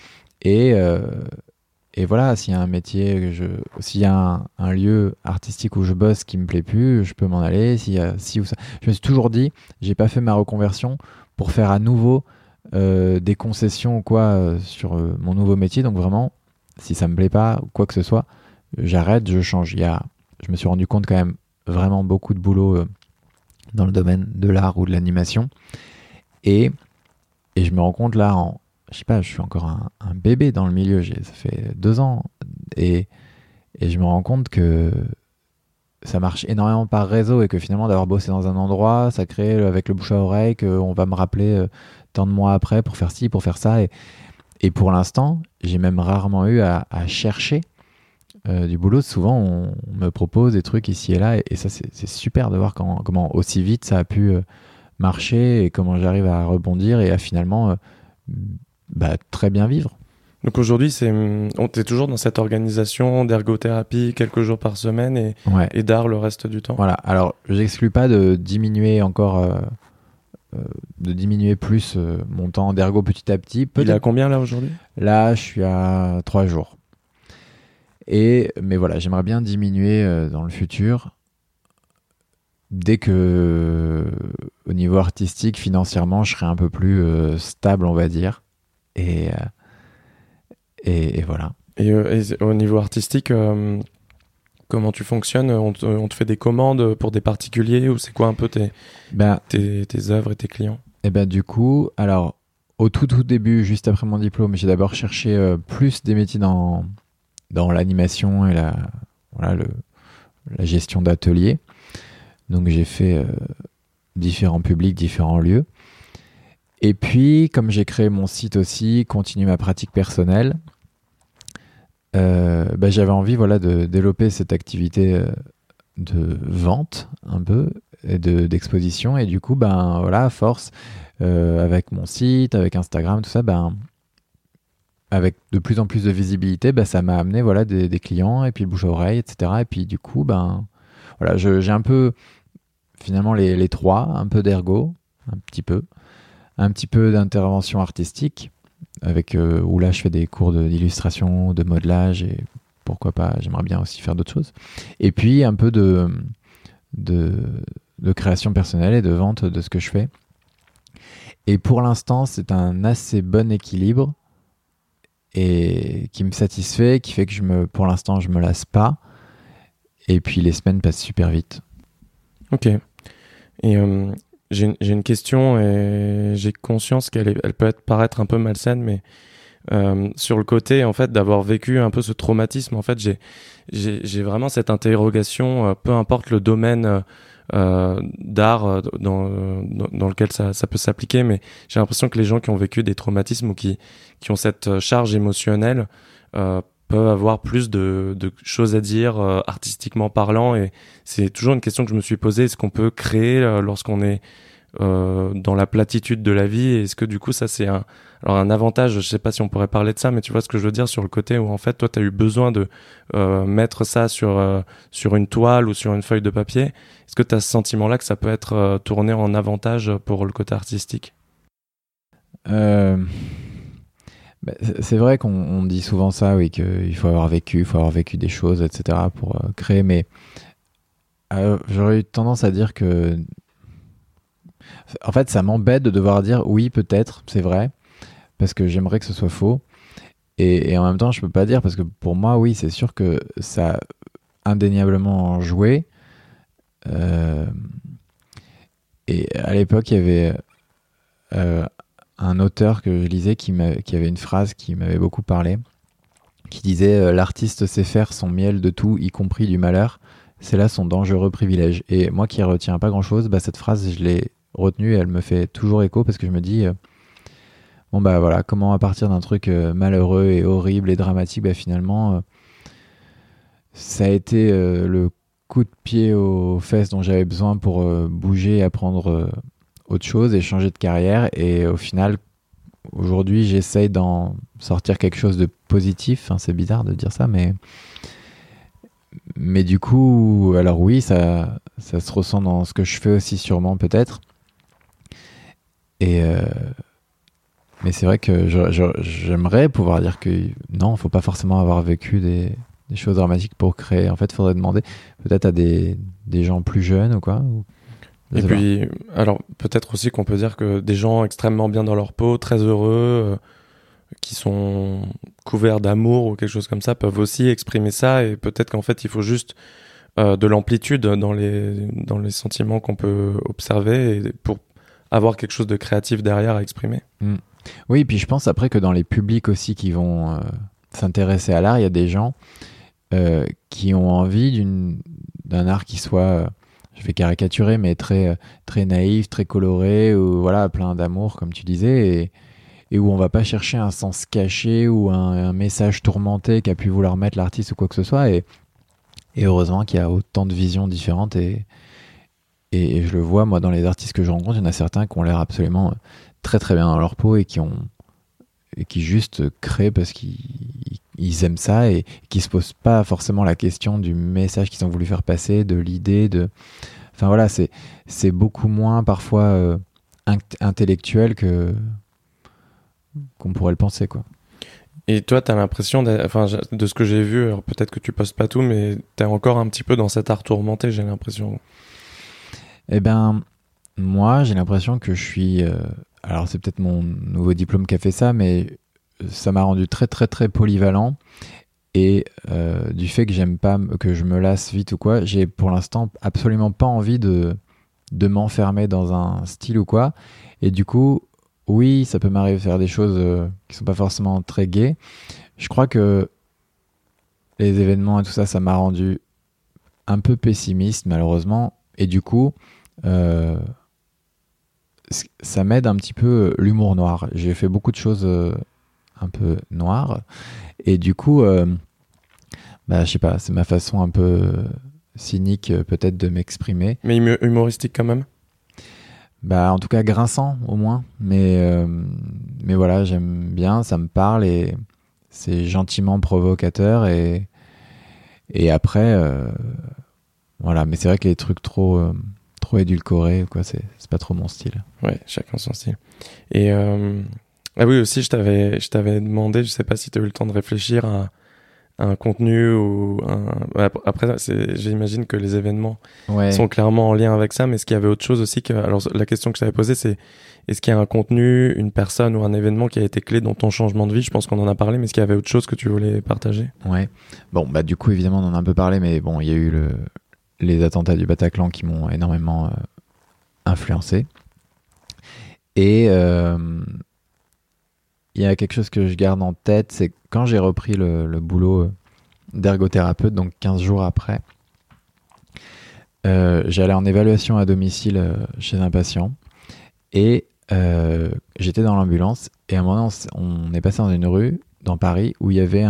et voilà, s'il y a un métier, s'il y a un lieu artistique où je bosse qui me plaît plus, je peux m'en aller. S'il y a ci ou ça. Je me suis toujours dit, j'ai pas fait ma reconversion pour faire à nouveau des concessions ou quoi sur mon nouveau métier. Donc vraiment, si ça me plaît pas ou quoi que ce soit, j'arrête, je change. Je me suis rendu compte quand même vraiment beaucoup de boulot dans le domaine de l'art ou de l'animation. Et je me rends compte là je sais pas, je suis encore un bébé dans le milieu, ça fait 2 ans et je me rends compte que ça marche énormément par réseau et que finalement d'avoir bossé dans un endroit, ça crée avec le bouche à oreille qu'on va me rappeler tant de mois après pour faire ci, pour faire ça et pour l'instant, j'ai même rarement eu à chercher du boulot. Souvent, on me propose des trucs ici et là et ça c'est super de voir comment aussi vite ça a pu marcher et comment j'arrive à rebondir et à finalement très bien vivre. Donc aujourd'hui, on est toujours dans cette organisation d'ergothérapie quelques jours par semaine et d'art le reste du temps. Voilà. Alors, j'exclus pas de diminuer encore, de diminuer plus mon temps d'ergo petit à petit. Il est à combien là aujourd'hui ? Là, je suis à 3 jours. Mais voilà, j'aimerais bien diminuer dans le futur. Dès que, au niveau artistique, financièrement, je serai un peu plus stable, on va dire. Et voilà. Et au niveau artistique, comment tu fonctionnes ? On te fait des commandes pour des particuliers ou c'est quoi un peu tes œuvres et tes clients ? Et du coup, alors, au tout début, juste après mon diplôme, j'ai d'abord cherché plus des métiers dans l'animation et la gestion d'ateliers. Donc j'ai fait différents publics, différents lieux. Et puis, comme j'ai créé mon site aussi, continuer ma pratique personnelle, j'avais envie de développer cette activité de vente un peu, et d'exposition. Et du coup, à force, avec mon site, avec Instagram, tout ça, avec de plus en plus de visibilité, ça m'a amené des clients et puis le bouche à oreille, etc. Et puis du coup, j'ai un peu, finalement, les trois, un peu d'ergo, un petit peu d'intervention artistique, où là je fais des cours d'illustration, de modelage et pourquoi pas, j'aimerais bien aussi faire d'autres choses. Et puis un peu de création personnelle et de vente de ce que je fais. Et pour l'instant, c'est un assez bon équilibre et qui me satisfait, qui fait que pour l'instant, je me lasse pas. Et puis les semaines passent super vite. Ok. Et j'ai une question et j'ai conscience elle peut paraître un peu malsaine, mais sur le côté en fait d'avoir vécu un peu ce traumatisme, en fait j'ai vraiment cette interrogation, peu importe le domaine d'art dans lequel ça peut s'appliquer, mais j'ai l'impression que les gens qui ont vécu des traumatismes ou qui ont cette charge émotionnelle peuvent avoir plus de choses à dire artistiquement parlant, et c'est toujours une question que je me suis posée: est-ce qu'on peut créer lorsqu'on est dans la platitude de la vie? Et est-ce que du coup ça c'est un avantage? Je sais pas si on pourrait parler de ça, mais tu vois ce que je veux dire, sur le côté où en fait toi t'as eu besoin de mettre ça sur une toile ou sur une feuille de papier. Est-ce que t'as ce sentiment là que ça peut être tourné en avantage pour le côté artistique? C'est vrai qu'on dit souvent ça, oui, qu'il faut avoir vécu des choses, etc. pour créer, mais j'aurais eu tendance à dire que, en fait, ça m'embête de devoir dire oui, peut-être, c'est vrai, parce que j'aimerais que ce soit faux, et en même temps, je peux pas dire, parce que pour moi, oui, c'est sûr que ça a indéniablement joué, Et à l'époque, il y avait un auteur que je lisais qui avait une phrase qui m'avait beaucoup parlé, qui disait l'artiste sait faire son miel de tout, y compris du malheur. C'est là son dangereux privilège. Et moi qui retiens pas grand-chose, cette phrase, je l'ai retenue et elle me fait toujours écho parce que je me dis, bon bah voilà, comment à partir d'un truc malheureux et horrible et dramatique, finalement, ça a été le coup de pied aux fesses dont j'avais besoin pour bouger et apprendre autre chose et changer de carrière. Et au final, aujourd'hui, j'essaye d'en sortir quelque chose de positif. Enfin, c'est bizarre de dire ça, mais du coup, alors oui, ça se ressent dans ce que je fais aussi sûrement peut-être. Et mais c'est vrai que j'aimerais pouvoir dire que non, faut pas forcément avoir vécu des choses dramatiques pour créer. En fait, il faudrait demander peut-être à des gens plus jeunes ou quoi. Et puis, alors peut-être aussi qu'on peut dire que des gens extrêmement bien dans leur peau, très heureux, qui sont couverts d'amour ou quelque chose comme ça, peuvent aussi exprimer ça. Et peut-être qu'en fait, il faut juste de l'amplitude dans les sentiments qu'on peut observer pour avoir quelque chose de créatif derrière à exprimer. Oui, et puis je pense après que dans les publics aussi qui vont s'intéresser à l'art, il y a des gens qui ont envie d'un art qui soit, je vais caricaturer, mais très, très naïf, très coloré, ou voilà, plein d'amour, comme tu disais, et où on va pas chercher un sens caché ou un message tourmenté qu'a pu vouloir mettre l'artiste ou quoi que ce soit. Et heureusement qu'il y a autant de visions différentes. Et je le vois, moi, dans les artistes que je rencontre, il y en a certains qui ont l'air absolument très très bien dans leur peau et qui juste créent parce qu'ils aiment ça et qui se posent pas forcément la question du message qu'ils ont voulu faire passer, de l'idée, enfin voilà, c'est beaucoup moins parfois intellectuel qu'on pourrait le penser, quoi. Et toi, t'as l'impression, de ce que j'ai vu, alors peut-être que tu postes pas tout, mais t'es encore un petit peu dans cet art tourmenté, j'ai l'impression. Eh ben, moi, j'ai l'impression que je suis... alors, c'est peut-être mon nouveau diplôme qui a fait ça, mais ça m'a rendu très, très, très polyvalent. Et du fait que j'aime pas, que je me lasse vite ou quoi, j'ai pour l'instant absolument pas envie de m'enfermer dans un style ou quoi. Et du coup, oui, ça peut m'arriver de faire des choses qui sont pas forcément très gaies. Je crois que les événements et tout ça, ça m'a rendu un peu pessimiste, malheureusement. Et du coup, ça m'aide un petit peu l'humour noir. J'ai fait beaucoup de choses un peu noires. Et du coup, je sais pas, c'est ma façon un peu cynique peut-être de m'exprimer. Mais humoristique quand même. En tout cas grinçant au moins. Mais voilà, j'aime bien, ça me parle et c'est gentiment provocateur. Et après, voilà. Mais c'est vrai que les trucs trop édulcorés, quoi, c'est pas trop mon style. Ouais, chacun son style. Et ah oui, aussi, je t'avais demandé, je sais pas si tu as eu le temps de réfléchir à un contenu ou après j'imagine que les événements sont clairement en lien avec ça, mais est-ce qu'il y avait autre chose aussi alors la question que je t'avais posée, c'est est-ce qu'il y a un contenu, une personne ou un événement qui a été clé dans ton changement de vie? Je pense qu'on en a parlé, mais est-ce qu'il y avait autre chose que tu voulais partager? Ouais. Bon, du coup, évidemment, on en a un peu parlé, mais bon, il y a eu les attentats du Bataclan qui m'ont énormément influencé. Et il y a quelque chose que je garde en tête, c'est quand j'ai repris le boulot d'ergothérapeute, donc 15 jours après, j'allais en évaluation à domicile chez un patient et j'étais dans l'ambulance et à un moment on est passé dans une rue dans Paris où il y avait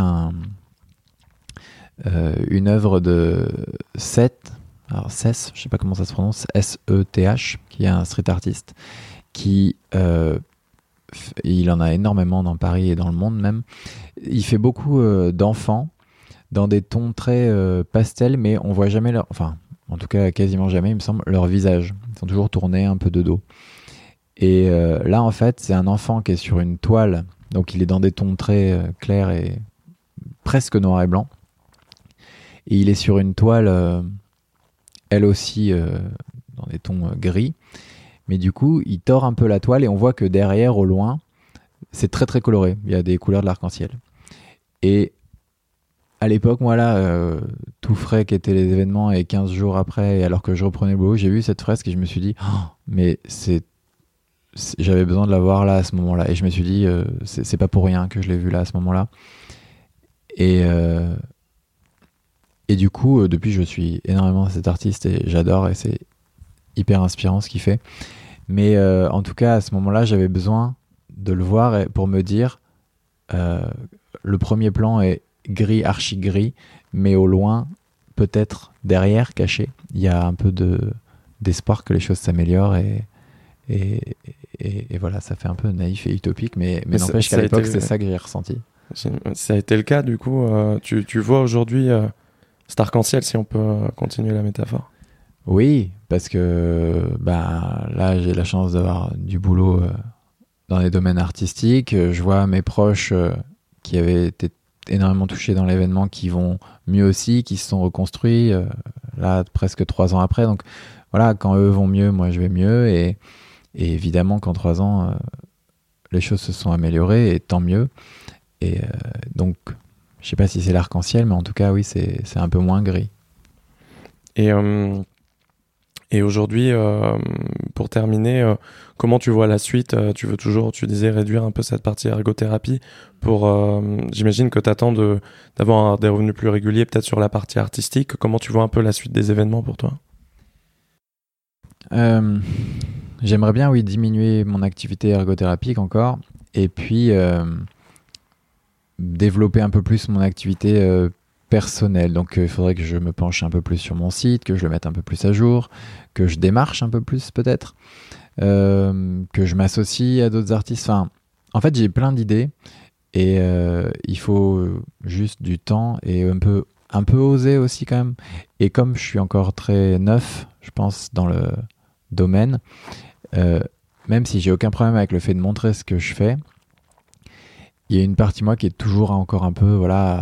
une œuvre de Seth, alors Seth, je sais pas comment ça se prononce, S-E-T-H, qui est un street artiste qui il en a énormément dans Paris et dans le monde même. Il fait beaucoup d'enfants dans des tons très pastels, mais on voit jamais enfin, en tout cas quasiment jamais, il me semble, leur visage. Ils sont toujours tournés un peu de dos. Et là, en fait, c'est un enfant qui est sur une toile, donc il est dans des tons très clairs et presque noir et blanc. Et il est sur une toile, elle aussi, dans des tons gris. Mais du coup, il tord un peu la toile et on voit que derrière, au loin, c'est très très coloré. Il y a des couleurs de l'arc-en-ciel. Et à l'époque, moi là, tout frais qu'étaient les événements et 15 jours après, et alors que je reprenais le boulot, j'ai vu cette fresque et je me suis dit, oh, mais j'avais besoin de la voir là à ce moment-là. Et je me suis dit, c'est pas pour rien que je l'ai vu là à ce moment-là. Et du coup, depuis, je suis énormément cet artiste et j'adore et c'est hyper inspirant ce qu'il fait. Mais en tout cas, à ce moment-là, j'avais besoin de le voir pour me dire, le premier plan est gris, archi gris, mais au loin, peut-être derrière, caché, il y a un peu d'espoir que les choses s'améliorent et voilà, ça fait un peu naïf et utopique, mais n'empêche qu'à l'époque, c'est ça que j'ai ressenti. Ça a été le cas, du coup. Tu vois aujourd'hui cet arc-en-ciel, si on peut continuer la métaphore. Oui, parce que là, j'ai la chance d'avoir du boulot dans les domaines artistiques. Je vois mes proches qui avaient été énormément touchés dans l'événement qui vont mieux aussi, qui se sont reconstruits là presque 3 ans après. Donc voilà, quand eux vont mieux, moi je vais mieux. Et évidemment qu'en 3 ans, les choses se sont améliorées et tant mieux. Et donc, je sais pas si c'est l'arc-en-ciel, mais en tout cas, oui, c'est un peu moins gris. Et aujourd'hui, pour terminer, comment tu vois la suite ? Tu veux toujours, tu disais, réduire un peu cette partie ergothérapie pour, j'imagine que tu attends d'avoir des revenus plus réguliers peut-être sur la partie artistique. Comment tu vois un peu la suite des événements pour toi ? J'aimerais bien, oui, diminuer mon activité ergothérapique encore et puis développer un peu plus mon activité personnelle. Donc il faudrait que je me penche un peu plus sur mon site, que je le mette un peu plus à jour, que je démarche un peu plus peut-être, que je m'associe à d'autres artistes. Enfin, en fait, j'ai plein d'idées et il faut juste du temps et un peu oser aussi quand même. Et comme je suis encore très neuf, je pense, dans le domaine, même si j'ai aucun problème avec le fait de montrer ce que je fais, il y a une partie de moi qui est toujours encore un peu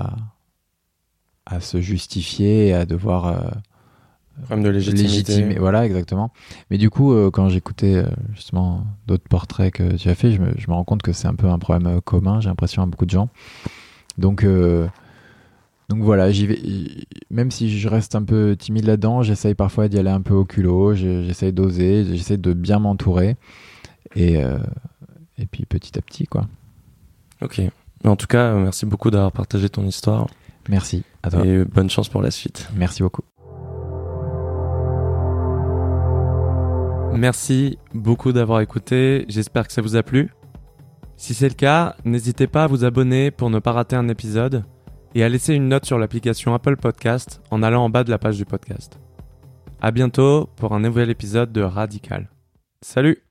à se justifier et à devoir problème de légitimité. Voilà, exactement. Mais du coup, quand j'écoutais justement d'autres portraits que tu as fait, je me rends compte que c'est un peu un problème commun, j'ai l'impression, à beaucoup de gens. Donc voilà, j'y vais. Même si je reste un peu timide là-dedans, j'essaye parfois d'y aller un peu au culot, j'essaye d'oser, j'essaye de bien m'entourer. Et puis petit à petit, quoi. Ok. Mais en tout cas, merci beaucoup d'avoir partagé ton histoire. Merci à toi. Et bonne chance pour la suite. Merci beaucoup. Merci beaucoup d'avoir écouté. J'espère que ça vous a plu. Si c'est le cas, n'hésitez pas à vous abonner pour ne pas rater un épisode et à laisser une note sur l'application Apple Podcast en allant en bas de la page du podcast. À bientôt pour un nouvel épisode de Radical. Salut!